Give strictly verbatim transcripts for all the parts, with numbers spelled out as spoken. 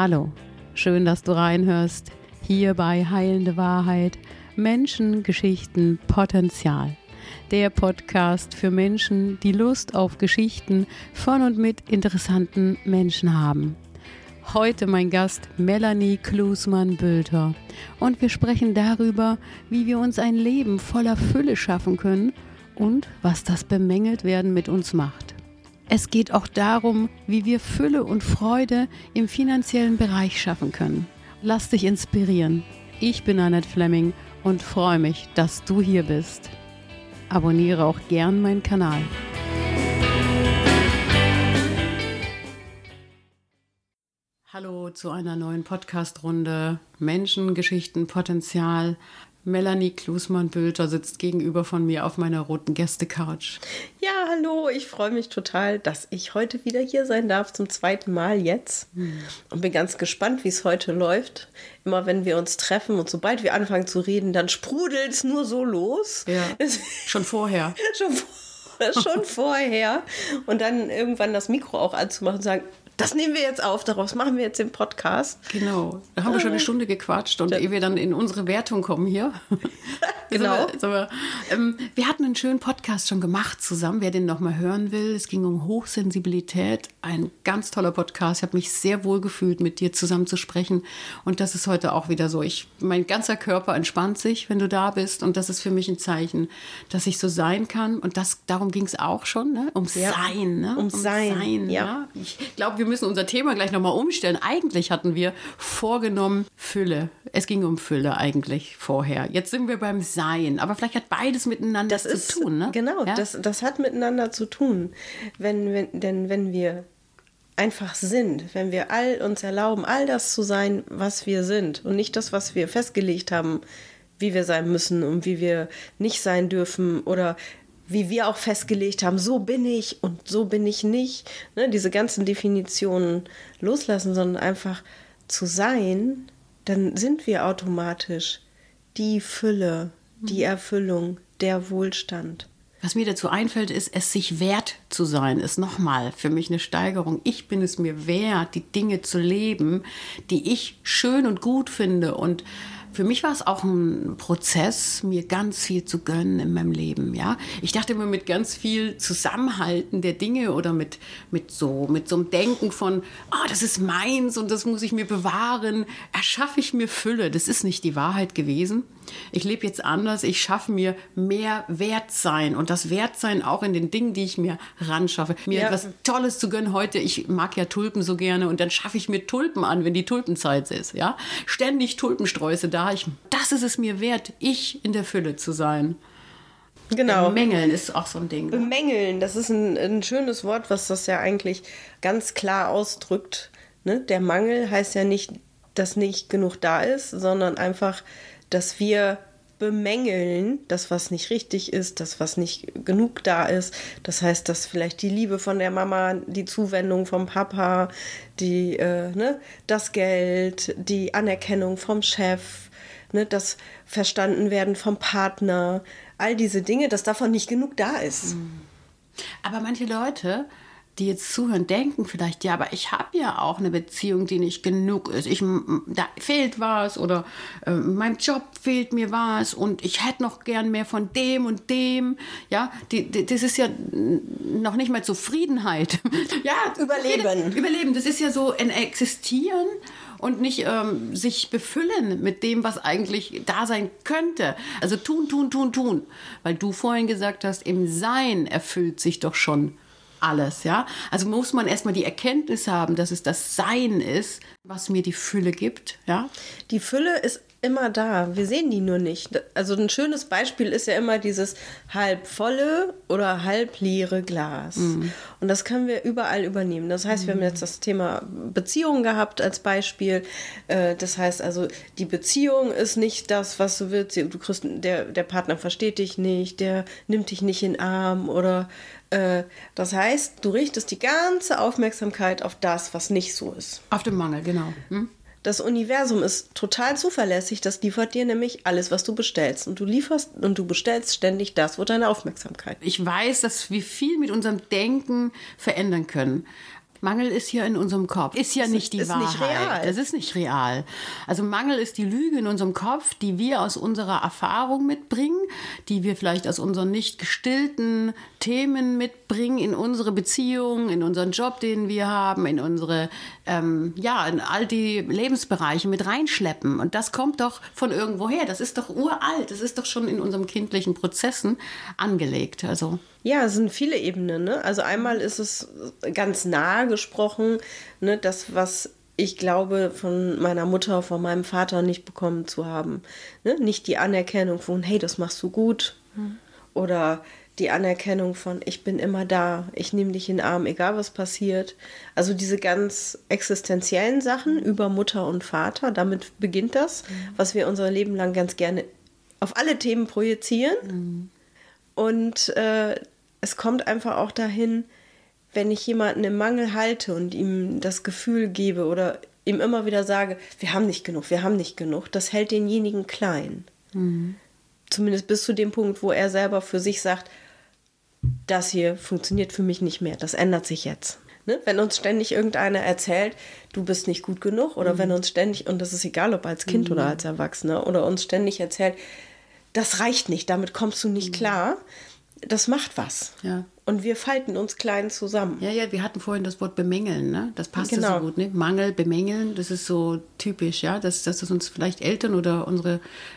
Hallo, schön, dass du reinhörst, hier bei Heilende Wahrheit, Menschen, Geschichten, Potenzial. Der Podcast für Menschen, die Lust auf Geschichten von und mit interessanten Menschen haben. Heute mein Gast Melanie Klusmann-Bülter und wir sprechen darüber, wie wir uns ein Leben voller Fülle schaffen können und was das Bemängeltwerden mit uns macht. Es geht auch darum, wie wir Fülle und Freude im finanziellen Bereich schaffen können. Lass dich inspirieren. Ich bin Annette Fleming und freue mich, dass du hier bist. Abonniere auch gern meinen Kanal. Hallo zu einer neuen Podcast-Runde Menschen, Geschichten, Potenzial. Melanie Klusmann-Bülter sitzt gegenüber von mir auf meiner roten Gäste-Couch. Ja, hallo, ich freue mich total, dass ich heute wieder hier sein darf, zum zweiten Mal jetzt. Hm. Und bin ganz gespannt, wie es heute läuft. Immer wenn wir uns treffen und sobald wir anfangen zu reden, dann sprudelt es nur so los. Ja, schon vorher. schon, schon vorher. Und dann irgendwann das Mikro auch anzumachen und sagen, das nehmen wir jetzt auf, daraus machen wir jetzt den Podcast. Genau, da haben wir schon eine Stunde gequatscht und ja. ehe wir dann in unsere Wertung kommen hier. Genau. wir, wir, ähm, wir hatten einen schönen Podcast schon gemacht zusammen, wer den nochmal hören will. Es ging um Hochsensibilität, ein ganz toller Podcast. Ich habe mich sehr wohl gefühlt, mit dir zusammen zu sprechen und das ist heute auch wieder so. Ich, mein ganzer Körper entspannt sich, wenn du da bist und das ist für mich ein Zeichen, dass ich so sein kann und das, darum ging es auch schon, ne? ums ja. Sein. Ne? Ums um Sein, Sein ja. ja. Ich glaube, wir müssen unser Thema gleich nochmal umstellen. Eigentlich hatten wir vorgenommen Fülle. Es ging um Fülle eigentlich vorher. Jetzt sind wir beim Sein. Aber vielleicht hat beides miteinander das zu ist, tun. Ne? Genau, ja? das, das hat miteinander zu tun. Wenn, wenn, denn wenn wir einfach sind, wenn wir all uns erlauben, all das zu sein, was wir sind und nicht das, was wir festgelegt haben, wie wir sein müssen und wie wir nicht sein dürfen oder wie wir auch festgelegt haben, so bin ich und so bin ich nicht, ne, diese ganzen Definitionen loslassen, sondern einfach zu sein, dann sind wir automatisch die Fülle, die Erfüllung, der Wohlstand. Was mir dazu einfällt, ist, es sich wert zu sein, ist nochmal für mich eine Steigerung. Ich bin es mir wert, die Dinge zu leben, die ich schön und gut finde. Und für mich war es auch ein Prozess, mir ganz viel zu gönnen in meinem Leben. Ja? Ich dachte immer mit ganz viel Zusammenhalten der Dinge oder mit, mit, so, mit so einem Denken von, oh, das ist meins und das muss ich mir bewahren, erschaffe ich mir Fülle. Das ist nicht die Wahrheit gewesen. Ich lebe jetzt anders, ich schaffe mir mehr Wertsein und das Wertsein auch in den Dingen, die ich mir ranschaffe. Mir ja. etwas Tolles zu gönnen heute, ich mag ja Tulpen so gerne und dann schaffe ich mir Tulpen an, wenn die Tulpenzeit ist. Ja? Ständig Tulpensträuße da. Ich, das ist es mir wert, ich in der Fülle zu sein. Genau. Bemängeln ist auch so ein Ding. Bemängeln, das ist ein, ein schönes Wort, was das ja eigentlich ganz klar ausdrückt. Ne? Der Mangel heißt ja nicht, dass nicht genug da ist, sondern einfach, dass wir bemängeln, das, was nicht richtig ist, das, was nicht genug da ist. Das heißt, dass vielleicht die Liebe von der Mama, die Zuwendung vom Papa, die, äh, ne, das Geld, die Anerkennung vom Chef, ne, das Verstandenwerden vom Partner, all diese Dinge, dass davon nicht genug da ist. Aber manche Leute, die jetzt zuhören, denken vielleicht, ja, aber ich habe ja auch eine Beziehung, die nicht genug ist. Ich, da fehlt was oder äh, meinem Job fehlt mir was und ich hätte noch gern mehr von dem und dem. Ja, die, die, das ist ja noch nicht mal Zufriedenheit. Ja, Überleben. Überleben, das ist ja so ein Existieren und nicht ähm, sich befüllen mit dem, was eigentlich da sein könnte. Also tun, tun, tun, tun. Weil du vorhin gesagt hast, im Sein erfüllt sich doch schon alles, ja. Also muss man erstmal die Erkenntnis haben, dass es das Sein ist, was mir die Fülle gibt, ja. Die Fülle ist immer da, wir sehen die nur nicht. Also ein schönes Beispiel ist ja immer dieses halb volle oder halb leere Glas. Mhm. Und das können wir überall übernehmen. Das heißt, wir haben jetzt das Thema Beziehung gehabt als Beispiel. Das heißt also, die Beziehung ist nicht das, was du willst. Du kriegst, der, der Partner versteht dich nicht, der nimmt dich nicht in den Arm oder das heißt, du richtest die ganze Aufmerksamkeit auf das, was nicht so ist. Auf den Mangel, genau. Hm? Das Universum ist total zuverlässig, das liefert dir nämlich alles, was du bestellst. Und du lieferst und du bestellst ständig das, wo deine Aufmerksamkeit. Ich weiß, dass wir viel mit unserem Denken verändern können. Mangel ist hier in unserem Kopf, ist ja nicht die ist Wahrheit. nicht real. Das ist nicht real. Also Mangel ist die Lüge in unserem Kopf, die wir aus unserer Erfahrung mitbringen, die wir vielleicht aus unseren nicht gestillten Themen mitbringen in unsere Beziehungen, in unseren Job, den wir haben, in unsere, ähm, ja, in all die Lebensbereiche mit reinschleppen. Und das kommt doch von irgendwoher. Das ist doch uralt. Das ist doch schon in unseren kindlichen Prozessen angelegt. Also ja, es sind viele Ebenen. Ne? Also einmal ist es ganz nahe gesprochen, ne, das, was ich glaube, von meiner Mutter, von meinem Vater nicht bekommen zu haben. Ne? Nicht die Anerkennung von, hey, das machst du gut. Mhm. Oder die Anerkennung von, ich bin immer da, ich nehme dich in den Arm, egal was passiert. Also diese ganz existenziellen Sachen über Mutter und Vater, damit beginnt das, mhm. was wir unser Leben lang ganz gerne auf alle Themen projizieren. Mhm. Und äh, es kommt einfach auch dahin, wenn ich jemanden im Mangel halte und ihm das Gefühl gebe oder ihm immer wieder sage, wir haben nicht genug, wir haben nicht genug, das hält denjenigen klein. Mhm. Zumindest bis zu dem Punkt, wo er selber für sich sagt, das hier funktioniert für mich nicht mehr, das ändert sich jetzt. Ne? Wenn uns ständig irgendeiner erzählt, du bist nicht gut genug, oder mhm. wenn uns ständig, und das ist egal, ob als Kind mhm. oder als Erwachsener, oder uns ständig erzählt, das reicht nicht, damit kommst du nicht mhm. klar, das macht was. Ja. Und wir falten uns klein zusammen. Ja, ja, wir hatten vorhin das Wort bemängeln, ne? Das passt genau. so gut, ne? Mangel, bemängeln, das ist so typisch, ja, dass, dass das uns vielleicht Eltern oder unsere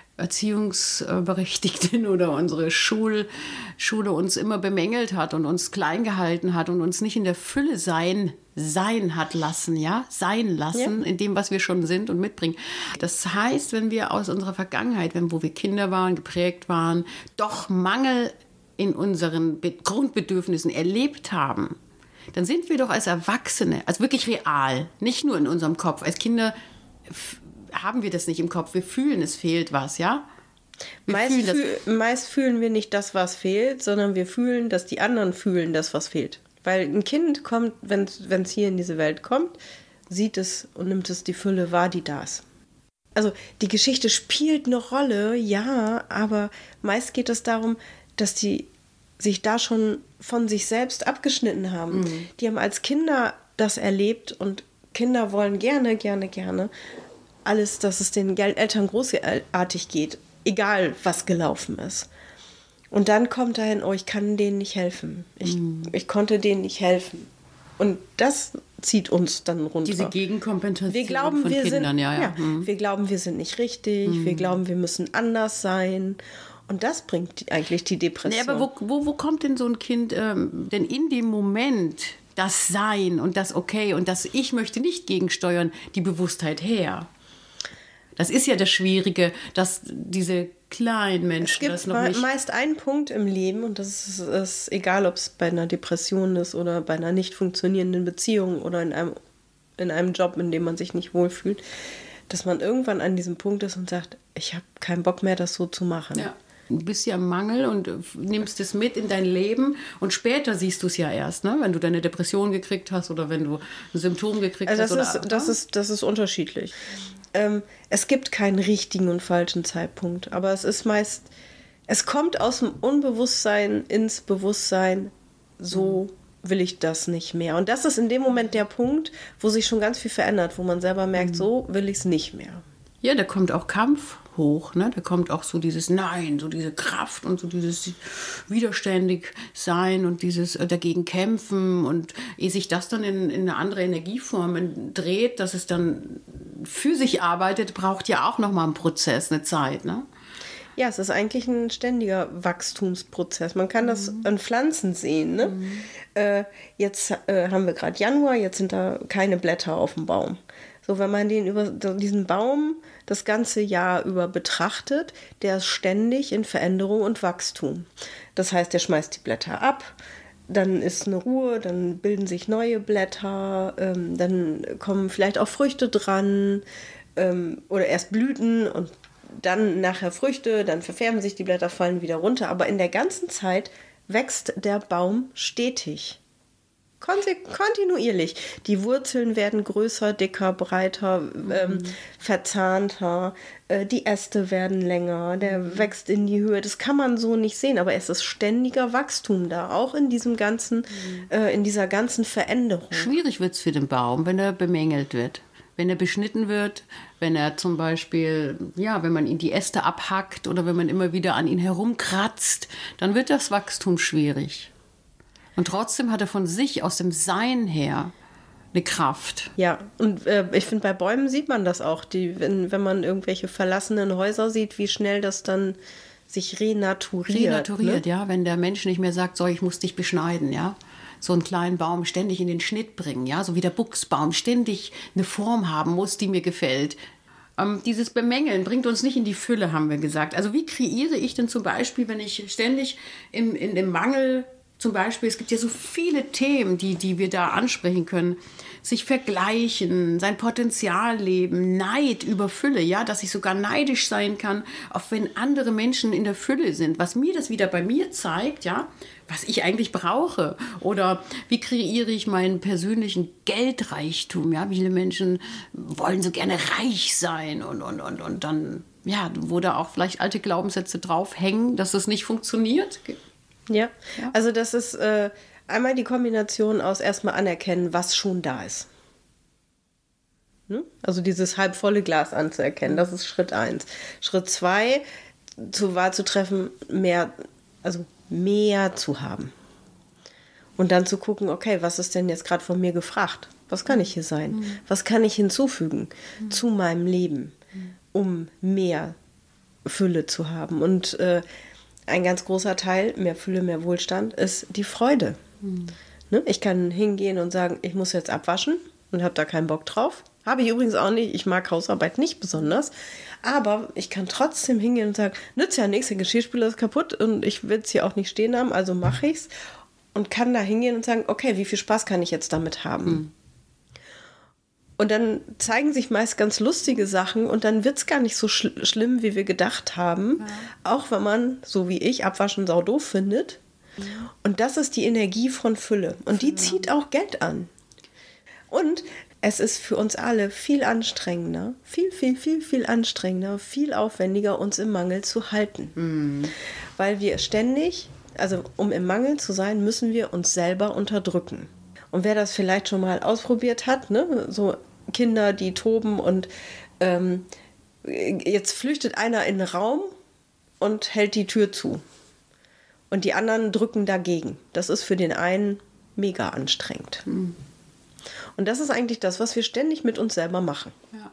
Erziehungsberechtigten oder unsere Schul, Schule uns immer bemängelt hat und uns klein gehalten hat und uns nicht in der Fülle sein, sein hat lassen, ja, sein lassen, ja. in dem, was wir schon sind und mitbringen. Das heißt, wenn wir aus unserer Vergangenheit, wenn, wo wir Kinder waren, geprägt waren, doch Mangel in unseren Be- Grundbedürfnissen erlebt haben, dann sind wir doch als Erwachsene, also wirklich real, nicht nur in unserem Kopf. Als Kinder f- haben wir das nicht im Kopf. Wir fühlen, es fehlt was, ja? Wir meist, fühlen das. Fühl, meist fühlen wir nicht das, was fehlt, sondern wir fühlen, dass die anderen fühlen das, was fehlt. Weil ein Kind kommt, wenn es hier in diese Welt kommt, sieht es und nimmt es die Fülle wahr, die da ist. Also die Geschichte spielt eine Rolle, ja, aber meist geht es darum, dass die sich da schon von sich selbst abgeschnitten haben. Mhm. Die haben als Kinder das erlebt und Kinder wollen gerne, gerne, gerne alles, dass es den Eltern großartig geht, egal was gelaufen ist. Und dann kommt dahin, oh, ich kann denen nicht helfen. Ich, mhm. ich konnte denen nicht helfen. Und das zieht uns dann runter. Diese Gegenkompensation wir glauben, von wir Kindern, sind, ja, ja. ja Mhm. wir glauben, wir sind nicht richtig, mhm. wir glauben, wir müssen anders sein. Und das bringt eigentlich die Depression. Nee, aber wo, wo, wo kommt denn so ein Kind ähm, denn in dem Moment das Sein und das Okay und das Ich möchte nicht gegensteuern, die Bewusstheit her? Das ist ja das Schwierige, dass diese kleinen Menschen das noch nicht... Es gibt meist einen Punkt im Leben, und das ist, ist egal, ob es bei einer Depression ist oder bei einer nicht funktionierenden Beziehung oder in einem, in einem Job, in dem man sich nicht wohlfühlt, dass man irgendwann an diesem Punkt ist und sagt, ich habe keinen Bock mehr, das so zu machen. Ja. Du bist ja im Mangel und nimmst es mit in dein Leben und später siehst du es ja erst, ne? Wenn du deine Depression gekriegt hast oder wenn du ein Symptom gekriegt also das hast. Ist, oder, das, ist, das ist unterschiedlich. Ähm, es gibt keinen richtigen und falschen Zeitpunkt, aber es ist meist, es kommt aus dem Unbewusstsein ins Bewusstsein, so mhm. will ich das nicht mehr. Und das ist in dem Moment der Punkt, wo sich schon ganz viel verändert, wo man selber merkt, mhm. so will ich es nicht mehr. Ja, da kommt auch Kampf hoch, ne? Da kommt auch so dieses Nein, so diese Kraft und so dieses widerständig sein und dieses dagegen kämpfen und ehe sich das dann in, in eine andere Energieform dreht, dass es dann für sich arbeitet, braucht ja auch nochmal einen Prozess, eine Zeit, ne? Ja, es ist eigentlich ein ständiger Wachstumsprozess. Man kann das mhm. an Pflanzen sehen, ne? Mhm. Äh, jetzt äh, haben wir gerade Januar, jetzt sind da keine Blätter auf dem Baum. So, wenn man den über diesen Baum das ganze Jahr über betrachtet, der ist ständig in Veränderung und Wachstum. Das heißt, der schmeißt die Blätter ab, dann ist eine Ruhe, dann bilden sich neue Blätter, ähm, dann kommen vielleicht auch Früchte dran ähm, oder erst Blüten und dann nachher Früchte, dann verfärben sich die Blätter, fallen wieder runter. Aber in der ganzen Zeit wächst der Baum stetig. Kontinuierlich. Die Wurzeln werden größer, dicker, breiter, mhm. ähm, verzahnter. Äh, die Äste werden länger. Der mhm. wächst in die Höhe. Das kann man so nicht sehen, aber es ist ständiger Wachstum da, auch in diesem ganzen, mhm. äh, in dieser ganzen Veränderung. Schwierig wird es für den Baum, wenn er bemängelt wird. Wenn er beschnitten wird, wenn er zum Beispiel, ja, wenn man ihn die Äste abhackt oder wenn man immer wieder an ihn herumkratzt, dann wird das Wachstum schwierig. Und trotzdem hat er von sich, aus dem Sein her, eine Kraft. Ja, und äh, ich finde, bei Bäumen sieht man das auch. Die, wenn, wenn man irgendwelche verlassenen Häuser sieht, wie schnell das dann sich renaturiert. Renaturiert, ne? ja. Wenn der Mensch nicht mehr sagt, so, ich muss dich beschneiden, ja. So einen kleinen Baum ständig in den Schnitt bringen, ja. So wie der Buchsbaum ständig eine Form haben muss, die mir gefällt. Ähm, dieses Bemängeln bringt uns nicht in die Fülle, haben wir gesagt. Also wie kreiere ich denn zum Beispiel, wenn ich ständig im, in dem Mangel... Zum Beispiel, es gibt ja so viele Themen, die, die wir da ansprechen können. Sich vergleichen, sein Potenzial leben, Neid über Fülle, ja, dass ich sogar neidisch sein kann, auch wenn andere Menschen in der Fülle sind. Was mir das wieder bei mir zeigt, ja, was ich eigentlich brauche. Oder wie kreiere ich meinen persönlichen Geldreichtum, ja, viele Menschen wollen so gerne reich sein und, und, und, und dann, ja, wo da auch vielleicht alte Glaubenssätze draufhängen, dass das nicht funktioniert. Ja. ja, also das ist äh, einmal die Kombination aus erstmal anerkennen, was schon da ist. Hm? Also dieses halbvolle Glas anzuerkennen, das ist Schritt eins. Schritt zwei, zur Wahl zu treffen, mehr, also mehr zu haben. Und dann zu gucken, okay, was ist denn jetzt gerade von mir gefragt? Was kann ich hier sein? Mhm. Was kann ich hinzufügen mhm. zu meinem Leben, um mehr Fülle zu haben? Und äh, ein ganz großer Teil, mehr Fülle, mehr Wohlstand, ist die Freude. Mhm. Ne? Ich kann hingehen und sagen, ich muss jetzt abwaschen und habe da keinen Bock drauf. Habe ich übrigens auch nicht. Ich mag Hausarbeit nicht besonders. Aber ich kann trotzdem hingehen und sagen, nützt ja nichts, der Geschirrspüler ist kaputt und ich will es hier auch nicht stehen haben, also mache ich es. Und kann da hingehen und sagen, okay, wie viel Spaß kann ich jetzt damit haben? Mhm. Und dann zeigen sich meist ganz lustige Sachen und dann wird es gar nicht so schl- schlimm, wie wir gedacht haben. Ja. Auch wenn man, so wie ich, Abwaschen sau doof findet. Ja. Und das ist die Energie von Fülle. Und die ja. zieht auch Geld an. Und es ist für uns alle viel anstrengender, viel, viel, viel, viel anstrengender, viel aufwendiger, uns im Mangel zu halten. Mhm. Weil wir ständig, also um im Mangel zu sein, müssen wir uns selber unterdrücken. Und wer das vielleicht schon mal ausprobiert hat, ne, so Kinder, die toben und ähm, jetzt flüchtet einer in den Raum und hält die Tür zu. Und die anderen drücken dagegen. Das ist für den einen mega anstrengend. Mhm. Und das ist eigentlich das, was wir ständig mit uns selber machen. Ja.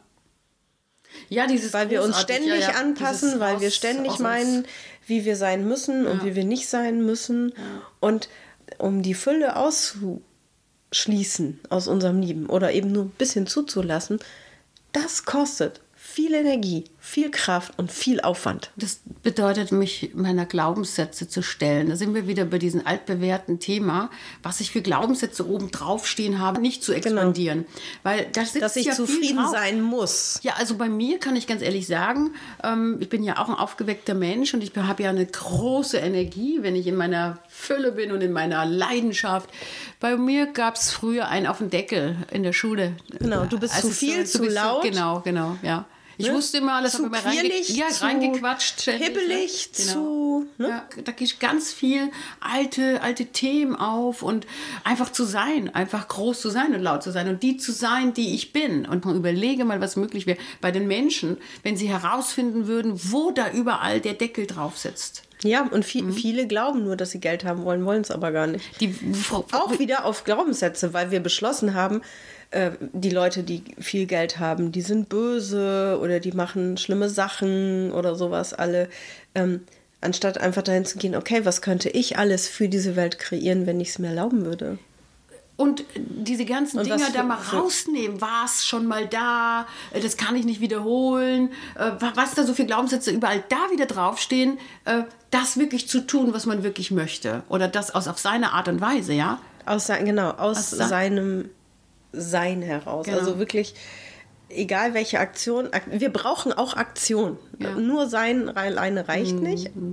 Ja, dieses weil wir uns ständig ja, ja. anpassen, weil aus, wir ständig meinen, wie wir sein müssen und ja. wie wir nicht sein müssen. Ja. Und um die Fülle auszuprobieren, schließen aus unserem Leben oder eben nur ein bisschen zuzulassen, das kostet viel Energie, viel Kraft und viel Aufwand. Das bedeutet, mich meiner Glaubenssätze zu stellen. Da sind wir wieder bei diesem altbewährten Thema, was ich für Glaubenssätze oben drauf stehen habe, nicht zu expandieren. Genau. Weil da sitzt Dass ich ja zufrieden sein muss. Ja, also bei mir kann ich ganz ehrlich sagen, ähm, ich bin ja auch ein aufgeweckter Mensch und ich habe ja eine große Energie, wenn ich in meiner Fülle bin und in meiner Leidenschaft. Bei mir gab es früher einen auf den Deckel in der Schule. Genau, du bist also zu viel, so, zu laut. So, genau, genau, ja. Ich ne? wusste immer alles, zu habe immer reinge ja, zu reingequatscht. Hibbelig, ne? genau. zu... Ne? Ja, da geht ganz viel alte, alte Themen auf und einfach zu sein, einfach groß zu sein und laut zu sein und die zu sein, die ich bin. Und man überlege mal, was möglich wäre bei den Menschen, wenn sie herausfinden würden, wo da überall der Deckel drauf sitzt. Ja, und viel, mhm. viele glauben nur, dass sie Geld haben wollen, wollen es aber gar nicht. Die, auch wieder auf Glaubenssätze, weil wir beschlossen haben, die Leute, die viel Geld haben, die sind böse oder die machen schlimme Sachen oder sowas alle. Ähm, anstatt einfach dahin zu gehen, okay, was könnte ich alles für diese Welt kreieren, wenn ich es mir erlauben würde? Und diese ganzen und Dinger da mal rausnehmen, war es schon mal da, das kann ich nicht wiederholen, was da so viele Glaubenssätze überall da wieder draufstehen, das wirklich zu tun, was man wirklich möchte. Oder das aus, auf seine Art und Weise, ja? Aus, genau, aus, aus seinem Sein heraus. Genau. Also wirklich, egal welche Aktion, wir brauchen auch Aktion. Ja. Nur Sein alleine reicht mhm. nicht.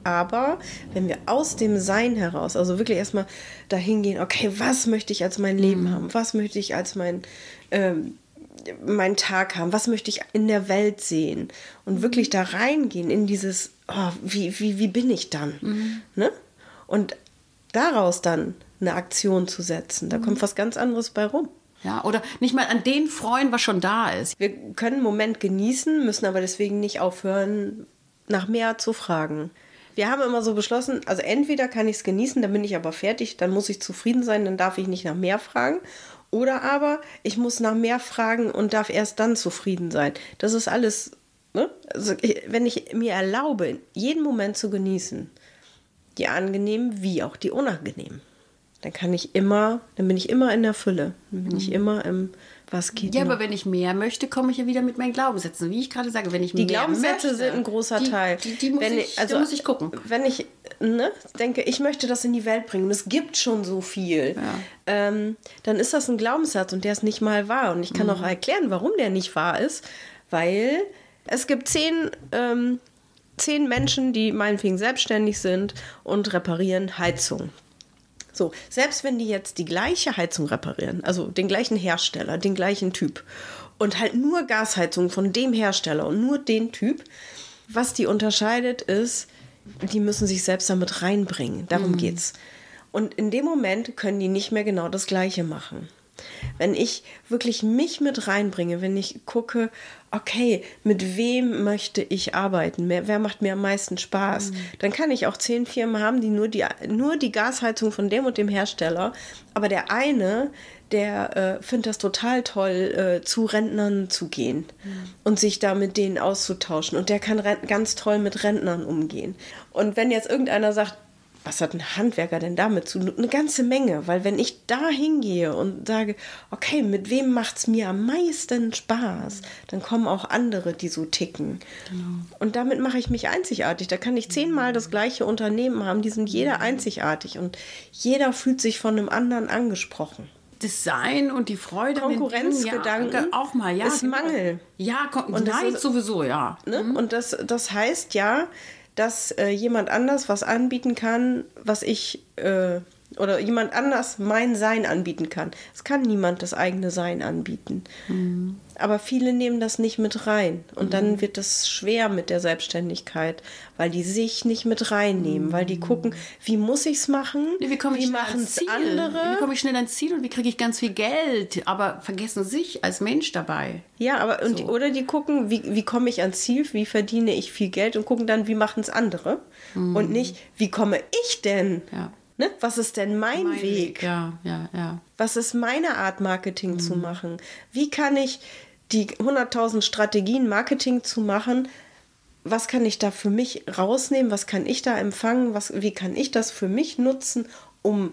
Aber wenn wir aus dem Sein heraus, also wirklich erstmal dahin gehen, okay, was möchte ich als mein Leben haben? Was möchte ich als mein, ähm, meinen Tag haben? Was möchte ich in der Welt sehen? Und wirklich da reingehen in dieses, oh, wie, wie, wie bin ich dann? Mhm. Ne? Und daraus dann eine Aktion zu setzen, da mhm. kommt was ganz anderes bei rum. Ja, oder nicht mal an den freuen, was schon da ist. Wir können einen Moment genießen, müssen aber deswegen nicht aufhören, nach mehr zu fragen. Wir haben immer so beschlossen, also entweder kann ich es genießen, dann bin ich aber fertig, dann muss ich zufrieden sein, dann darf ich nicht nach mehr fragen. Oder aber ich muss nach mehr fragen und darf erst dann zufrieden sein. Das ist alles, ne? Also ich, wenn ich mir erlaube, jeden Moment zu genießen, die angenehmen wie auch die unangenehmen, dann kann ich immer, dann bin ich immer in der Fülle. Dann bin mhm. ich immer im, was geht Ja, noch? Aber wenn ich mehr möchte, komme ich ja wieder mit meinen Glaubenssätzen. Wie ich gerade sage, wenn ich die mehr Glaubenssätze möchte, sind ein großer die, Teil. Die, die, muss wenn ich, ich, also, da muss ich gucken. Wenn ich ne, denke, ich möchte das in die Welt bringen und es gibt schon so viel, ja. ähm, dann ist das ein Glaubenssatz und der ist nicht mal wahr. Und ich kann mhm. auch erklären, warum der nicht wahr ist, weil es gibt zehn... Ähm, zehn Menschen, die meinetwegen selbstständig sind und reparieren Heizung. So, selbst wenn die jetzt die gleiche Heizung reparieren, also den gleichen Hersteller, den gleichen Typ und halt nur Gasheizung von dem Hersteller und nur den Typ, was die unterscheidet ist, die müssen sich selbst damit reinbringen. Darum mhm. geht's. Und in dem Moment können die nicht mehr genau das Gleiche machen. Wenn ich wirklich mich mit reinbringe, wenn ich gucke, okay, mit wem möchte ich arbeiten, wer, wer macht mir am meisten Spaß, mhm. dann kann ich auch zehn Firmen haben, die nur die, nur die Gasheizung von dem und dem Hersteller, aber der eine, der äh, findet das total toll, äh, zu Rentnern zu gehen mhm. und sich da mit denen auszutauschen und der kann rent- ganz toll mit Rentnern umgehen. Und wenn jetzt irgendeiner sagt, was hat ein Handwerker denn damit zu? Eine ganze Menge, weil wenn ich da hingehe und sage, okay, mit wem macht es mir am meisten Spaß, dann kommen auch andere, die so ticken. Genau. Und damit mache ich mich einzigartig. Da kann ich zehnmal das gleiche Unternehmen haben, die sind jeder einzigartig und jeder fühlt sich von einem anderen angesprochen. Das Sein und die Freude Konkurrenzgedanken ja, auch mal, ja, ist Mangel. Ja, Kon- und Neid ist, sowieso, ja. Ne? Mhm. Und das, das heißt ja, dass äh, jemand anders was anbieten kann, was ich, äh, oder jemand anders mein Sein anbieten kann. Es kann niemand das eigene Sein anbieten. Mhm. Aber viele nehmen das nicht mit rein. Und mhm. dann wird das schwer mit der Selbstständigkeit, weil die sich nicht mit reinnehmen, mhm. weil die gucken, wie muss ich es machen, nee, wie, wie wie machen es andere. Wie komme ich schnell ans Ziel und wie kriege ich ganz viel Geld, aber vergessen sich als Mensch dabei. Ja, aber und so. die, oder die gucken, wie, wie komme ich ans Ziel, wie verdiene ich viel Geld und gucken dann, wie machen es andere. Mhm. Und nicht, wie komme ich denn? Ja. Ne? Was ist denn mein, mein Weg? Weg? Ja, ja, ja. Was ist meine Art, Marketing mhm. zu machen? Wie kann ich die hunderttausend Strategien, Marketing zu machen, was kann ich da für mich rausnehmen? Was kann ich da empfangen? Was, wie kann ich das für mich nutzen, um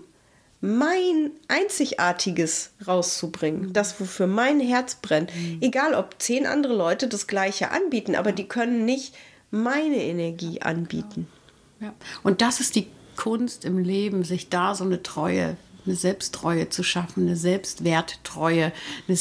mein Einzigartiges rauszubringen? Mhm. Das, wofür mein Herz brennt. Mhm. Egal, ob zehn andere Leute das Gleiche anbieten, aber die können nicht meine Energie anbieten. Ja. Und das ist die Kunst im Leben, sich da so eine Treue, eine Selbsttreue zu schaffen, eine Selbstwerttreue, eine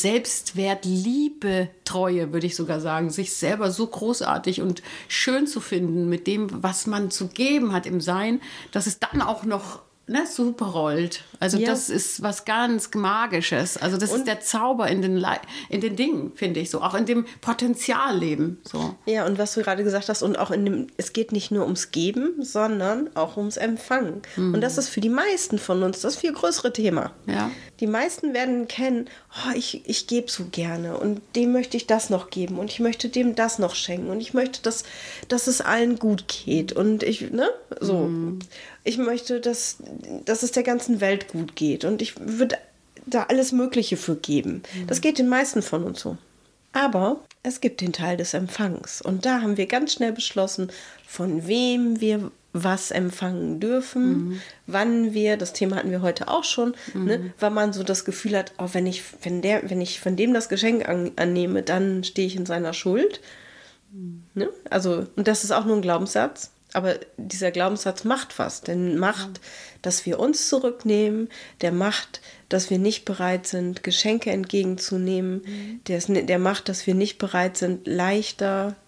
Selbstwertliebe-Treue, würde ich sogar sagen, sich selber so großartig und schön zu finden mit dem, was man zu geben hat im Sein, dass es dann auch noch ne, super rollt. Also ja. das ist was ganz Magisches. Also das und ist der Zauber in den, Le- in den Dingen, finde ich so. Auch in dem Potenzialleben. So. Ja, und was du gerade gesagt hast, und auch in dem, es geht nicht nur ums Geben, sondern auch ums Empfangen. Mhm. Und das ist für die meisten von uns das viel größere Thema. Ja. Die meisten werden kennen, oh, ich, ich gebe so gerne und dem möchte ich das noch geben und ich möchte dem das noch schenken und ich möchte, dass, dass es allen gut geht und ich, ne, so. Mhm. Ich möchte, dass, dass es der ganzen Welt gut geht und ich würde da alles Mögliche für geben. Mhm. Das geht den meisten von uns so. Aber es gibt den Teil des Empfangs und da haben wir ganz schnell beschlossen, von wem wir was empfangen dürfen, mhm. wann wir, das Thema hatten wir heute auch schon, mhm. ne, weil man so das Gefühl hat, oh, wenn ich, wenn der, wenn ich von dem das Geschenk an, annehme, dann stehe ich in seiner Schuld. Mhm. Ne? Also, und das ist auch nur ein Glaubenssatz. Aber dieser Glaubenssatz macht was. Der macht, dass wir uns zurücknehmen. Der macht, dass wir nicht bereit sind, Geschenke entgegenzunehmen. Mhm. Der, ist, der macht, dass wir nicht bereit sind, leichter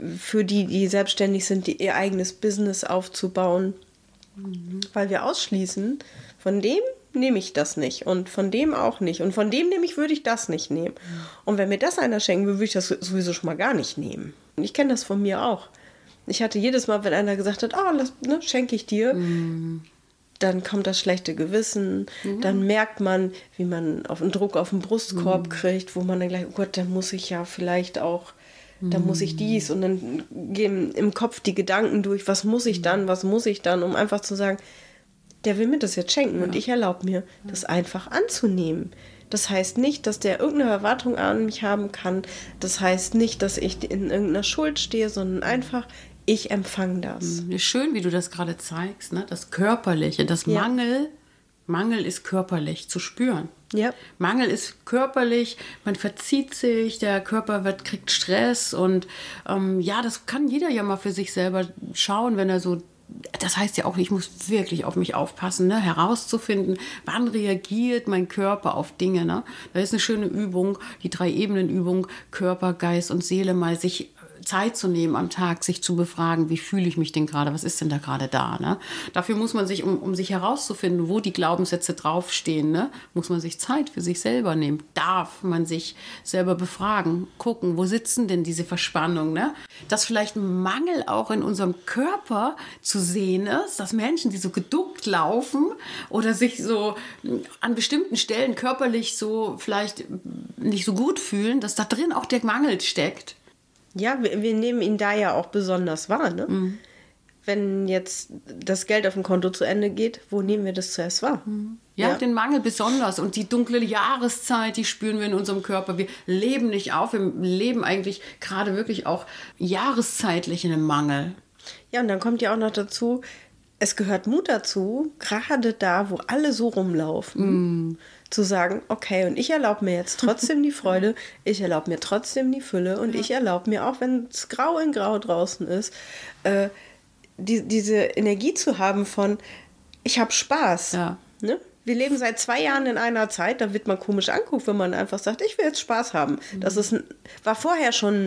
für die, die selbstständig sind, die ihr eigenes Business aufzubauen. Mhm. Weil wir ausschließen, von dem nehme ich das nicht und von dem auch nicht und von dem nehme ich, würde ich das nicht nehmen. Mhm. Und wenn mir das einer schenken würde, würde ich das sowieso schon mal gar nicht nehmen. Und ich kenne das von mir auch. Ich hatte jedes Mal, wenn einer gesagt hat, oh, das, ne, schenke ich dir, mhm. dann kommt das schlechte Gewissen, mhm. dann merkt man, wie man auf einen Druck auf den Brustkorb mhm. kriegt, wo man dann gleich, oh Gott, dann muss ich ja vielleicht auch, dann muss ich dies und dann gehen im Kopf die Gedanken durch, was muss ich dann, was muss ich dann, um einfach zu sagen, der will mir das jetzt schenken ja. und ich erlaube mir, das einfach anzunehmen. Das heißt nicht, dass der irgendeine Erwartung an mich haben kann. Das heißt nicht, dass ich in irgendeiner Schuld stehe, sondern einfach, ich empfange das. Schön, wie du das gerade zeigst, ne? Das Körperliche, das ja. Mangel, Mangel ist körperlich zu spüren. Ja. Mangel ist körperlich, man verzieht sich, der Körper wird, kriegt Stress und ähm, ja, das kann jeder ja mal für sich selber schauen, wenn er so, das heißt ja auch, ich muss wirklich auf mich aufpassen, ne? Herauszufinden, wann reagiert mein Körper auf Dinge. Ne? Da ist eine schöne Übung, die Drei-Ebenen-Übung, Körper, Geist und Seele, mal sich Zeit zu nehmen am Tag, sich zu befragen, wie fühle ich mich denn gerade, was ist denn da gerade da, ne? Dafür muss man sich, um, um sich herauszufinden, wo die Glaubenssätze draufstehen, ne, muss man sich Zeit für sich selber nehmen, darf man sich selber befragen, gucken, wo sitzen denn diese Verspannungen, ne? Dass vielleicht ein Mangel auch in unserem Körper zu sehen ist, dass Menschen, die so geduckt laufen oder sich so an bestimmten Stellen körperlich so vielleicht nicht so gut fühlen, dass da drin auch der Mangel steckt. Ja, wir, wir nehmen ihn da ja auch besonders wahr. Ne? Mhm. Wenn jetzt das Geld auf dem Konto zu Ende geht, wo nehmen wir das zuerst wahr? Mhm. Ja, ja, den Mangel besonders. Und die dunkle Jahreszeit, die spüren wir in unserem Körper. Wir leben nicht auf, wir leben eigentlich gerade wirklich auch jahreszeitlich in einem Mangel. Ja, und dann kommt ja auch noch dazu, es gehört Mut dazu, gerade da, wo alle so rumlaufen, mm. zu sagen, okay, und ich erlaube mir jetzt trotzdem die Freude, ich erlaube mir trotzdem die Fülle und ja. ich erlaube mir, auch wenn es grau in grau draußen ist, äh, die, diese Energie zu haben von, ich habe Spaß. Ja. Ne? Wir leben seit zwei Jahren in einer Zeit, da wird man komisch anguckt, wenn man einfach sagt, ich will jetzt Spaß haben. Das ist, war vorher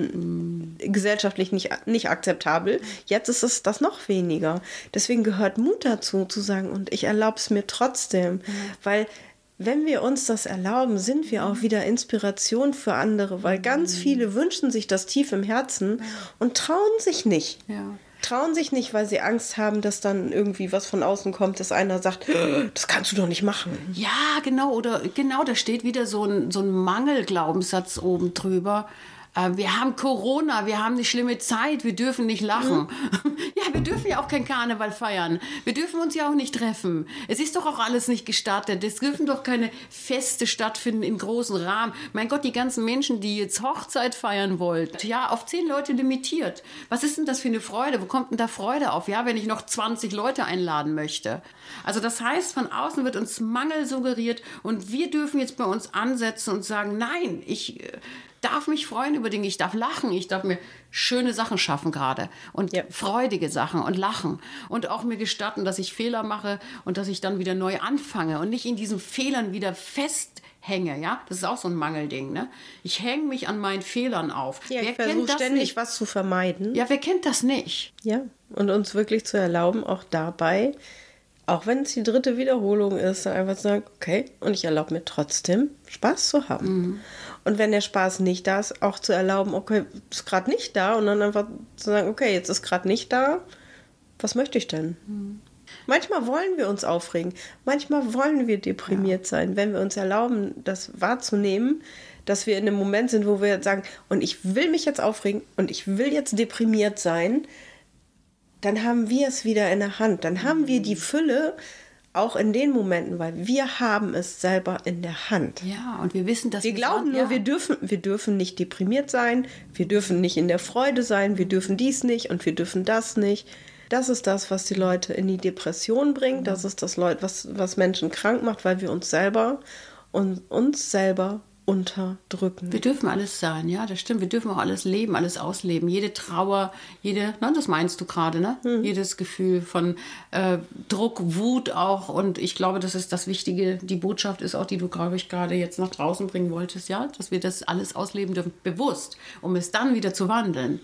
schon gesellschaftlich nicht, nicht akzeptabel. Jetzt ist es das noch weniger. Deswegen gehört Mut dazu, zu sagen, und ich erlaube es mir trotzdem. Mhm. Weil wenn wir uns das erlauben, sind wir auch wieder Inspiration für andere. Weil ganz viele wünschen sich das tief im Herzen und trauen sich nicht. Ja. Trauen sich nicht, weil sie Angst haben, dass dann irgendwie was von außen kommt, dass einer sagt, das kannst du doch nicht machen. Ja, genau. Oder genau, da steht wieder so ein, so ein Mangelglaubenssatz oben drüber. Wir haben Corona, wir haben eine schlimme Zeit, wir dürfen nicht lachen. Mhm. Ja, wir dürfen ja auch kein Karneval feiern. Wir dürfen uns ja auch nicht treffen. Es ist doch auch alles nicht gestattet. Es dürfen doch keine Feste stattfinden in großen Rahmen. Mein Gott, die ganzen Menschen, die jetzt Hochzeit feiern wollen, ja, auf zehn Leute limitiert. Was ist denn das für eine Freude? Wo kommt denn da Freude auf? Ja, wenn ich noch zwanzig Leute einladen möchte. Also das heißt, von außen wird uns Mangel suggeriert und wir dürfen jetzt bei uns ansetzen und sagen, nein, ich darf mich freuen über Dinge, ich darf lachen, ich darf mir schöne Sachen schaffen gerade und ja. freudige Sachen und lachen und auch mir gestatten, dass ich Fehler mache und dass ich dann wieder neu anfange und nicht in diesen Fehlern wieder festhänge, ja, das ist auch so ein Mangelding, ne? Ich hänge mich an meinen Fehlern auf. Ja, wer ich versuche ständig nicht? was zu vermeiden. Ja, wer kennt das nicht? Ja, und uns wirklich zu erlauben, auch dabei, auch wenn es die dritte Wiederholung ist, dann einfach zu sagen, okay, und ich erlaube mir trotzdem, Spaß zu haben. Mhm. Und wenn der Spaß nicht da ist, auch zu erlauben, okay, ist gerade nicht da. Und dann einfach zu sagen, okay, jetzt ist gerade nicht da. Was möchte ich denn? Mhm. Manchmal wollen wir uns aufregen. Manchmal wollen wir deprimiert ja. sein. Wenn wir uns erlauben, das wahrzunehmen, dass wir in einem Moment sind, wo wir sagen, und ich will mich jetzt aufregen und ich will jetzt deprimiert sein, dann haben wir es wieder in der Hand. Dann haben wir die Fülle auch in den Momenten, weil wir haben es selber in der Hand. Ja, und wir wissen, dass wir glauben nur, ja. wir dürfen, wir dürfen nicht deprimiert sein, wir dürfen nicht in der Freude sein, wir dürfen dies nicht und wir dürfen das nicht. Das ist das, was die Leute in die Depression bringt. Das ist das, was, was Menschen krank macht, weil wir uns selber und uns selber unterdrücken. Wir dürfen alles sein, ja, das stimmt. Wir dürfen auch alles leben, alles ausleben. Jede Trauer, jede, na, das meinst du gerade, ne? Hm. Jedes Gefühl von äh, Druck, Wut auch. Und ich glaube, das ist das Wichtige. Die Botschaft ist auch, die du, glaube ich, gerade jetzt nach draußen bringen wolltest, ja, dass wir das alles ausleben dürfen, bewusst, um es dann wieder zu wandeln.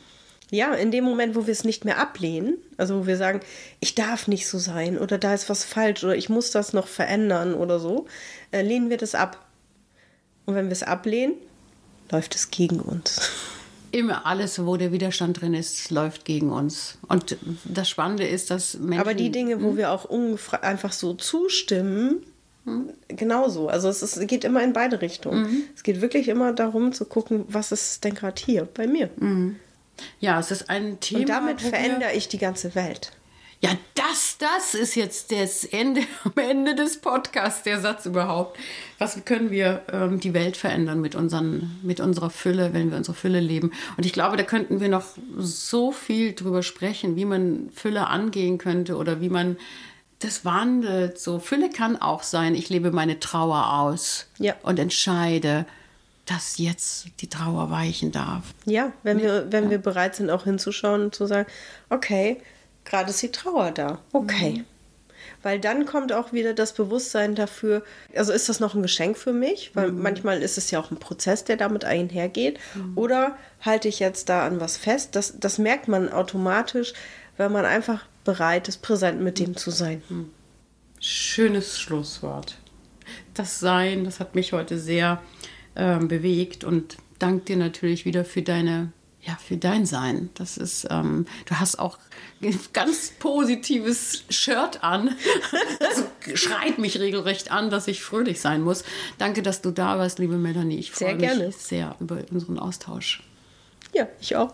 Ja, in dem Moment, wo wir es nicht mehr ablehnen, also wo wir sagen, ich darf nicht so sein oder da ist was falsch oder ich muss das noch verändern oder so, äh, lehnen wir das ab. Und wenn wir es ablehnen, läuft es gegen uns. Immer alles, wo der Widerstand drin ist, läuft gegen uns. Und das Spannende ist, dass Menschen... Aber die Dinge, wo wir auch ungefra- einfach so zustimmen, hm. genauso. Also es ist, geht immer in beide Richtungen. Mhm. Es geht wirklich immer darum zu gucken, was ist denn gerade hier bei mir. Mhm. Ja, es ist ein Thema... Und damit verändere ich die ganze Welt. Ja, das, das ist jetzt das Ende, am Ende des Podcasts, der Satz überhaupt. Was können wir ähm, die Welt verändern mit, unseren, mit unserer Fülle, wenn wir unsere Fülle leben? Und ich glaube, da könnten wir noch so viel drüber sprechen, wie man Fülle angehen könnte oder wie man das wandelt. So, Fülle kann auch sein, ich lebe meine Trauer aus ja. und entscheide, dass jetzt die Trauer weichen darf. Ja, wenn wir, wenn ja. wir bereit sind, auch hinzuschauen und zu sagen, okay, gerade ist die Trauer da. Okay. Mhm. Weil dann kommt auch wieder das Bewusstsein dafür, also ist das noch ein Geschenk für mich? Weil mhm. manchmal ist es ja auch ein Prozess, der damit einhergeht. Mhm. Oder halte ich jetzt da an was fest? Das, das merkt man automatisch, wenn man einfach bereit ist, präsent mit dem zu sein. Mhm. Schönes Schlusswort. Das Sein, das hat mich heute sehr äh, bewegt und danke dir natürlich wieder für deine Ja, für dein Sein. Das ist, ähm, du hast auch ein ganz positives Shirt an. Das schreit mich regelrecht an, dass ich fröhlich sein muss. Danke, dass du da warst, liebe Melanie. Ich freue mich gerne. sehr über unseren Austausch. Ja, ich auch.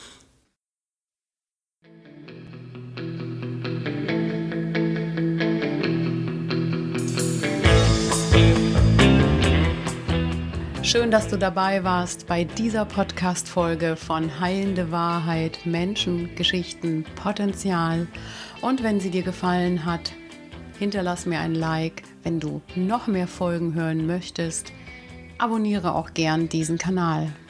Schön, dass du dabei warst bei dieser Podcast-Folge von Heilende Wahrheit, Menschen, Geschichten, Potenzial. Und wenn sie dir gefallen hat, hinterlass mir ein Like. Wenn du noch mehr Folgen hören möchtest, abonniere auch gern diesen Kanal.